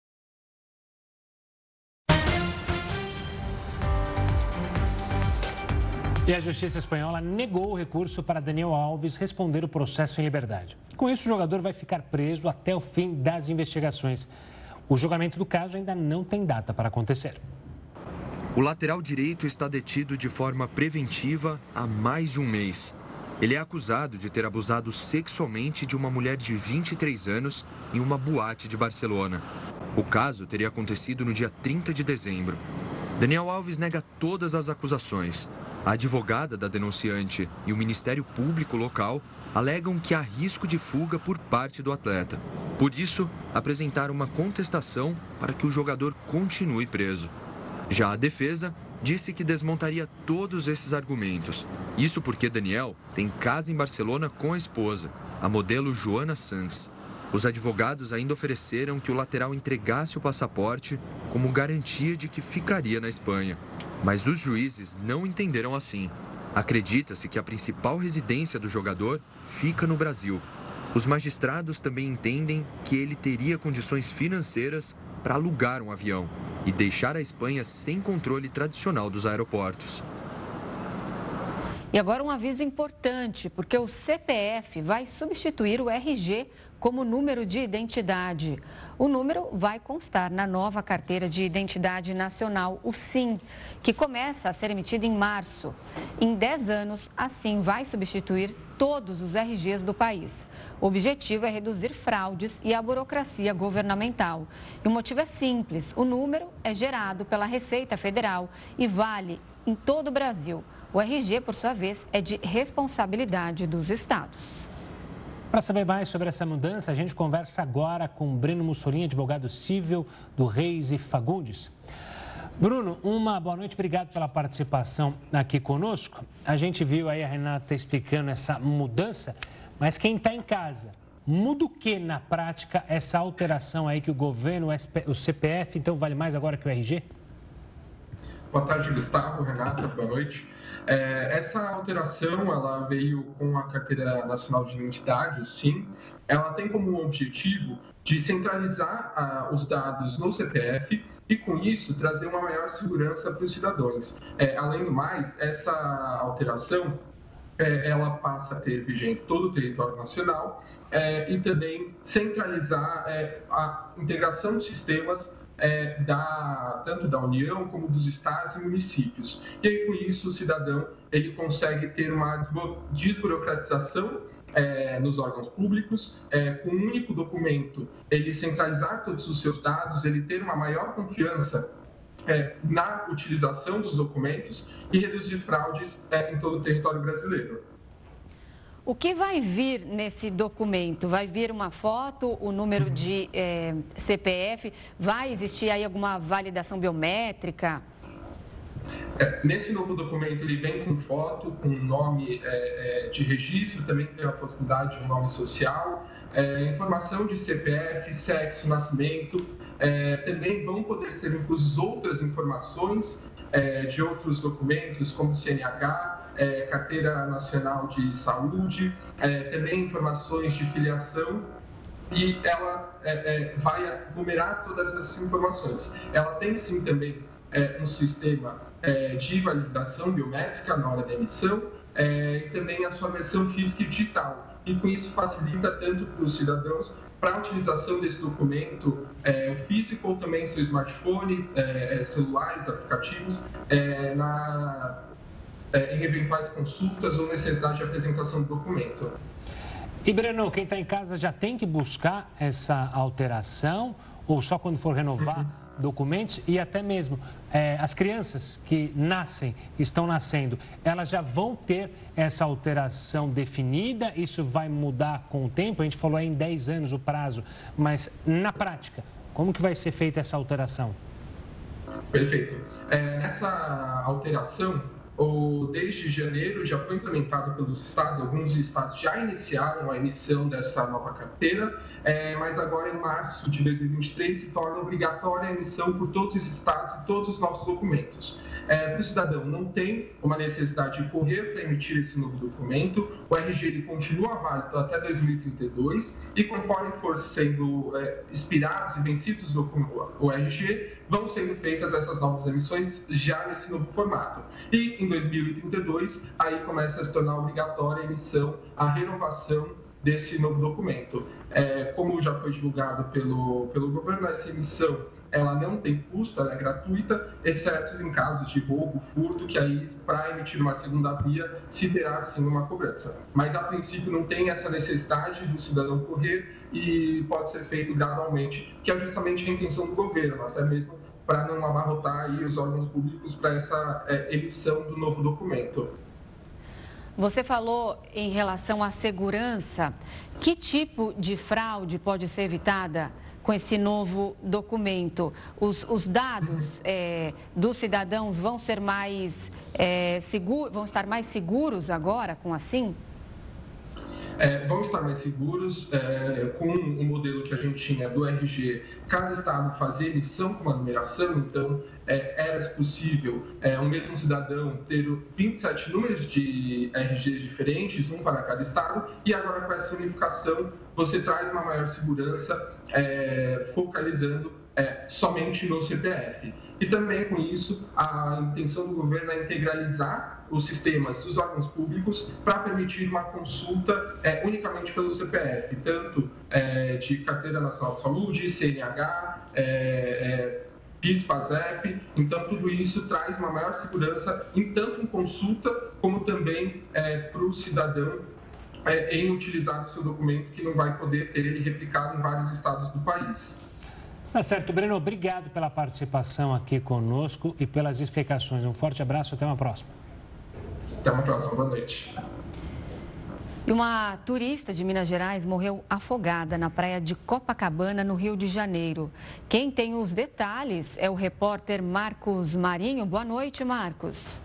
E a Justiça Espanhola negou o recurso para Daniel Alves responder o processo em liberdade. Com isso, o jogador vai ficar preso até o fim das investigações. O julgamento do caso ainda não tem data para acontecer. O lateral direito está detido de forma preventiva há mais de um mês. Ele é acusado de ter abusado sexualmente de uma mulher de 23 anos em uma boate de Barcelona. O caso teria acontecido no dia 30 de dezembro. Daniel Alves nega todas as acusações. A advogada da denunciante e o Ministério Público local alegam que há risco de fuga por parte do atleta. Por isso, apresentaram uma contestação para que o jogador continue preso. Já a defesa disse que desmontaria todos esses argumentos. Isso porque Daniel tem casa em Barcelona com a esposa, a modelo Joana Sanz. Os advogados ainda ofereceram que o lateral entregasse o passaporte como garantia de que ficaria na Espanha. Mas os juízes não entenderam assim. Acredita-se que a principal residência do jogador fica no Brasil. Os magistrados também entendem que ele teria condições financeiras para alugar um avião e deixar a Espanha sem controle tradicional dos aeroportos. E agora um aviso importante, porque o CPF vai substituir o RG como número de identidade. O número vai constar na nova Carteira de Identidade Nacional, o SIM, que começa a ser emitida em março. Em 10 anos, a SIM vai substituir todos os RGs do país. O objetivo é reduzir fraudes e a burocracia governamental. E o motivo é simples, o número é gerado pela Receita Federal e vale em todo o Brasil. O RG, por sua vez, é de responsabilidade dos estados. Para saber mais sobre essa mudança, a gente conversa agora com Breno Mussolini, advogado civil do Reis e Fagundes. Bruno, uma boa noite, obrigado pela participação aqui conosco. A gente viu aí a Renata explicando essa mudança, mas quem está em casa, muda o que na prática essa alteração aí que o governo, o CPF, então vale mais agora que o RG? Boa tarde, Gustavo, Renata, boa noite. Essa alteração, ela veio com a Carteira Nacional de Identidade, o SIM. Ela tem como objetivo de centralizar os dados no CPF e, com isso, trazer uma maior segurança para os cidadãos. Além do mais, essa alteração, ela passa a ter vigência em todo o território nacional e também centralizar a integração de sistemas tanto da União como dos estados e municípios. E aí, com isso, o cidadão ele consegue ter uma desburocratização nos órgãos públicos, com um único documento, ele centralizar todos os seus dados, ele ter uma maior confiança na utilização dos documentos e reduzir fraudes em todo o território brasileiro. O que vai vir nesse documento? Vai vir uma foto, o número de CPF? Vai existir aí alguma validação biométrica? Nesse novo documento, ele vem com foto, com nome de registro, também tem a possibilidade de um nome social, informação de CPF, sexo, nascimento. Também vão poder ser inclusas outras informações de outros documentos, como CNH, Carteira Nacional de Saúde, também informações de filiação, e ela vai numerar todas essas informações. Ela tem sim também um sistema de validação biométrica na hora da emissão e também a sua versão física e digital. E com isso facilita tanto para os cidadãos para a utilização desse documento físico ou também seu smartphone, celulares, aplicativos, em eventuais consultas ou necessidade de apresentação do documento. E, Breno, quem está em casa já tem que buscar essa alteração ou só quando for renovar documentos? E até mesmo as crianças que estão nascendo, elas já vão ter essa alteração definida? Isso vai mudar com o tempo? A gente falou aí em 10 anos o prazo, mas na prática, como que vai ser feita essa alteração? Perfeito. Nessa alteração, desde janeiro já foi implementado pelos estados, alguns estados já iniciaram a emissão dessa nova carteira, mas agora em março de 2023 se torna obrigatória a emissão por todos os estados e todos os novos documentos. Para o cidadão não tem uma necessidade de correr para emitir esse novo documento, o RG ele continua válido até 2032 e conforme for sendo expirados e vencidos o RG, vão sendo feitas essas novas emissões já nesse novo formato. E em 2032, aí começa a se tornar obrigatória a emissão, a renovação desse novo documento. Como já foi divulgado pelo governo, essa emissão ela não tem custo, ela é gratuita, exceto em casos de roubo, furto, que aí, para emitir uma segunda via, se terá, sim, uma cobrança. Mas, a princípio, não tem essa necessidade do cidadão correr e pode ser feito gradualmente, que é justamente a intenção do governo, até mesmo para não abarrotar aí os órgãos públicos para essa emissão do novo documento. Você falou em relação à segurança. Que tipo de fraude pode ser evitada com esse novo documento? Os dados dos cidadãos vão ser mais vão estar mais seguros agora com assim? Vão estar mais seguros com o modelo que a gente tinha do RG. Cada estado fazia emissão com uma numeração, então era possível um mesmo cidadão ter 27 números de RGs diferentes, um para cada estado, e agora com essa unificação você traz uma maior segurança focalizando somente no CPF. E também com isso a intenção do governo é integralizar os sistemas dos órgãos públicos para permitir uma consulta unicamente pelo CPF, tanto de Carteira Nacional de Saúde, CNH, PIS, PASEP. Então, tudo isso traz uma maior segurança, tanto em consulta, como também para o cidadão em utilizar o seu documento, que não vai poder ter ele replicado em vários estados do país. Tá certo, Breno, obrigado pela participação aqui conosco e pelas explicações. Um forte abraço, até uma próxima. Até uma próxima, boa noite. E uma turista de Minas Gerais morreu afogada na praia de Copacabana, no Rio de Janeiro. Quem tem os detalhes é o repórter Marcos Marinho. Boa noite, Marcos.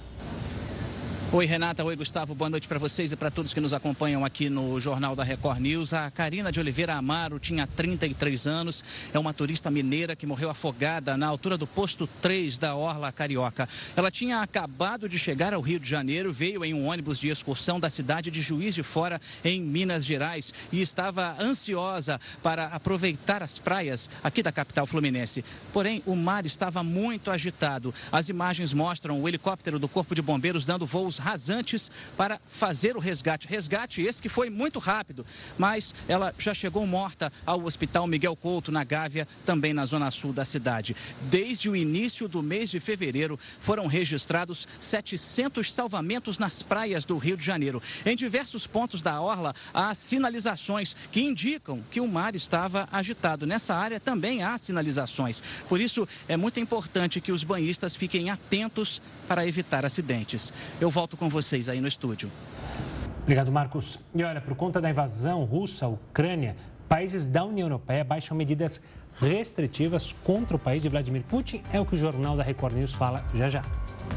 Oi, Renata. Oi, Gustavo. Boa noite para vocês e para todos que nos acompanham aqui no Jornal da Record News. A Karina de Oliveira Amaro tinha 33 anos. É uma turista mineira que morreu afogada na altura do posto 3 da Orla Carioca. Ela tinha acabado de chegar ao Rio de Janeiro, veio em um ônibus de excursão da cidade de Juiz de Fora, em Minas Gerais, e estava ansiosa para aproveitar as praias aqui da capital fluminense. Porém, o mar estava muito agitado. As imagens mostram o helicóptero do Corpo de Bombeiros dando voos rasantes para fazer o resgate. Resgate esse que foi muito rápido, mas ela já chegou morta ao Hospital Miguel Couto, na Gávea, também na zona sul da cidade. Desde o início do mês de fevereiro, foram registrados 700 salvamentos nas praias do Rio de Janeiro. Em diversos pontos da orla, há sinalizações que indicam que o mar estava agitado. Nessa área também há sinalizações. Por isso, é muito importante que os banhistas fiquem atentos para evitar acidentes. Eu volto com vocês aí no estúdio. Obrigado, Marcos. E olha, por conta da invasão russa à Ucrânia, países da União Europeia baixam medidas restritivas contra o país de Vladimir Putin. É o que o Jornal da Record News fala já já.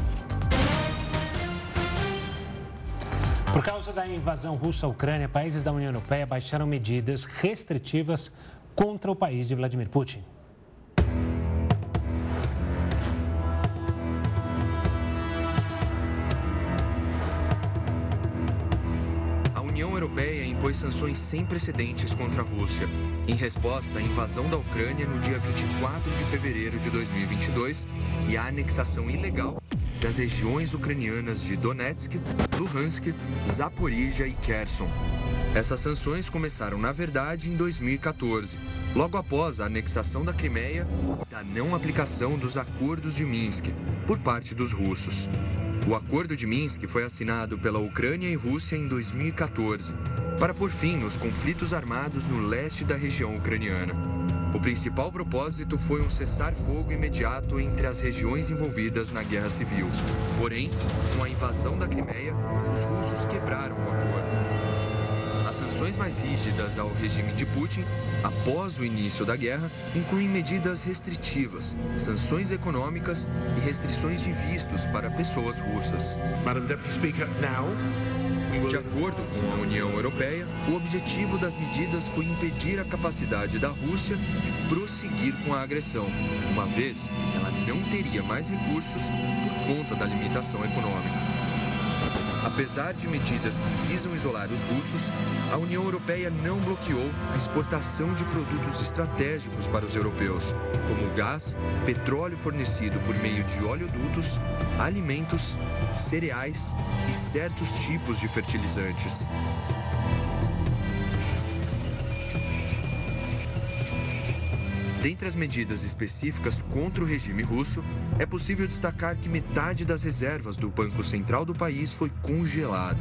Por causa da invasão russa à Ucrânia, países da União Europeia baixaram medidas restritivas contra o país de Vladimir Putin. A União Europeia impôs sanções sem precedentes contra a Rússia, em resposta à invasão da Ucrânia no dia 24 de fevereiro de 2022 e à anexação ilegal das regiões ucranianas de Donetsk, Luhansk, Zaporizhia e Kherson. Essas sanções começaram, na verdade, em 2014, logo após a anexação da Crimeia e da não aplicação dos acordos de Minsk por parte dos russos. O Acordo de Minsk foi assinado pela Ucrânia e Rússia em 2014, para pôr fim nos conflitos armados no leste da região ucraniana. O principal propósito foi um cessar-fogo imediato entre as regiões envolvidas na guerra civil. Porém, com a invasão da Crimeia, os russos quebraram o acordo. As sanções mais rígidas ao regime de Putin, após o início da guerra, incluem medidas restritivas, sanções econômicas e restrições de vistos para pessoas russas. De acordo com a União Europeia, o objetivo das medidas foi impedir a capacidade da Rússia de prosseguir com a agressão, uma vez que ela não teria mais recursos por conta da limitação econômica. Apesar de medidas que visam isolar os russos, a União Europeia não bloqueou a exportação de produtos estratégicos para os europeus, como gás, petróleo fornecido por meio de oleodutos, alimentos, cereais e certos tipos de fertilizantes. Dentre as medidas específicas contra o regime russo, é possível destacar que metade das reservas do Banco Central do país foi congelada.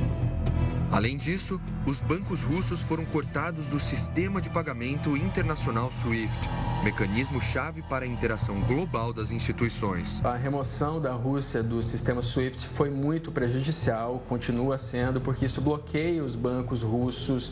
Além disso, os bancos russos foram cortados do sistema de pagamento internacional SWIFT, mecanismo-chave para a interação global das instituições. A remoção da Rússia do sistema SWIFT foi muito prejudicial, continua sendo, porque isso bloqueia os bancos russos,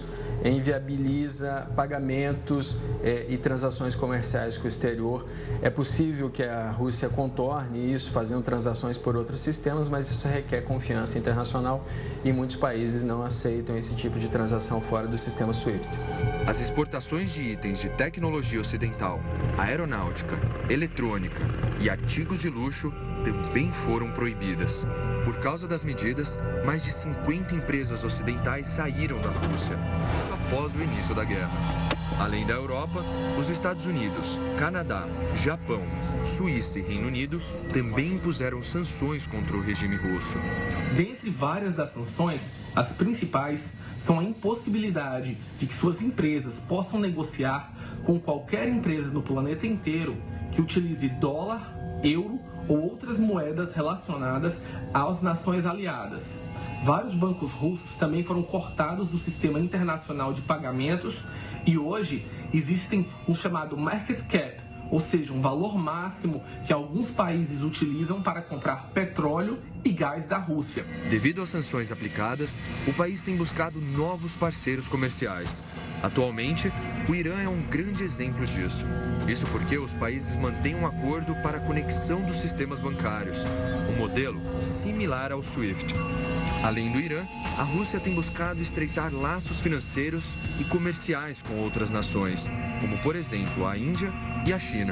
inviabiliza pagamentos e transações comerciais com o exterior. É possível que a Rússia contorne isso, fazendo transações por outros sistemas, mas isso requer confiança internacional e muitos países não aceitam esse tipo de transação fora do sistema SWIFT. As exportações de itens de tecnologia ocidental, aeronáutica, eletrônica e artigos de luxo também foram proibidas. Por causa das medidas, mais de 50 empresas ocidentais saíram da Rússia, isso após o início da guerra. Além da Europa, os Estados Unidos, Canadá, Japão, Suíça e Reino Unido também impuseram sanções contra o regime russo. Dentre várias das sanções, as principais são a impossibilidade de que suas empresas possam negociar com qualquer empresa no planeta inteiro que utilize dólar, euro ou outras moedas relacionadas às nações aliadas. Vários bancos russos também foram cortados do sistema internacional de pagamentos e hoje existem um chamado market cap, ou seja, um valor máximo que alguns países utilizam para comprar petróleo e gás da Rússia. Devido às sanções aplicadas, o país tem buscado novos parceiros comerciais. Atualmente, o Irã é um grande exemplo disso. Isso porque os países mantêm um acordo para a conexão dos sistemas bancários, um modelo similar ao SWIFT. Além do Irã, a Rússia tem buscado estreitar laços financeiros e comerciais com outras nações, como, por exemplo, a Índia e a China.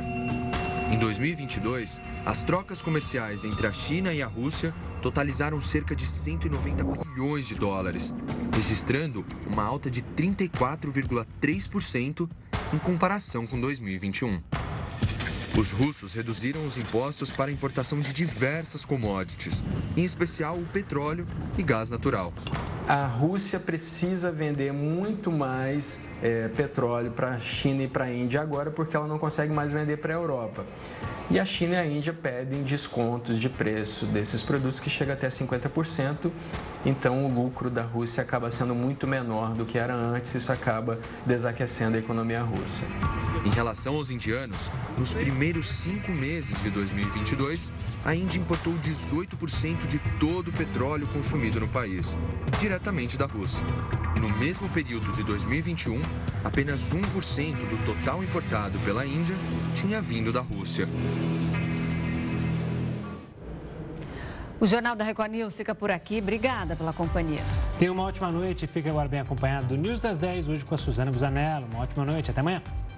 Em 2022, as trocas comerciais entre a China e a Rússia totalizaram cerca de 190 bilhões de dólares, registrando uma alta de 34,3% em comparação com 2021. Os russos reduziram os impostos para a importação de diversas commodities, em especial o petróleo e gás natural. A Rússia precisa vender muito mais petróleo para a China e para a Índia agora, porque ela não consegue mais vender para a Europa. E a China e a Índia pedem descontos de preço desses produtos que chega até 50%, então o lucro da Rússia acaba sendo muito menor do que era antes, isso acaba desaquecendo a economia russa. Em relação aos indianos, nos primeiros 5 meses de 2022, a Índia importou 18% de todo o petróleo consumido no país, diretamente da Rússia. No mesmo período de 2021, apenas 1% do total importado pela Índia tinha vindo da Rússia. O Jornal da Record News fica por aqui. Obrigada pela companhia. Tenha uma ótima noite e fique agora bem acompanhado do News das 10, hoje com a Suzana Busanello. Uma ótima noite, até amanhã.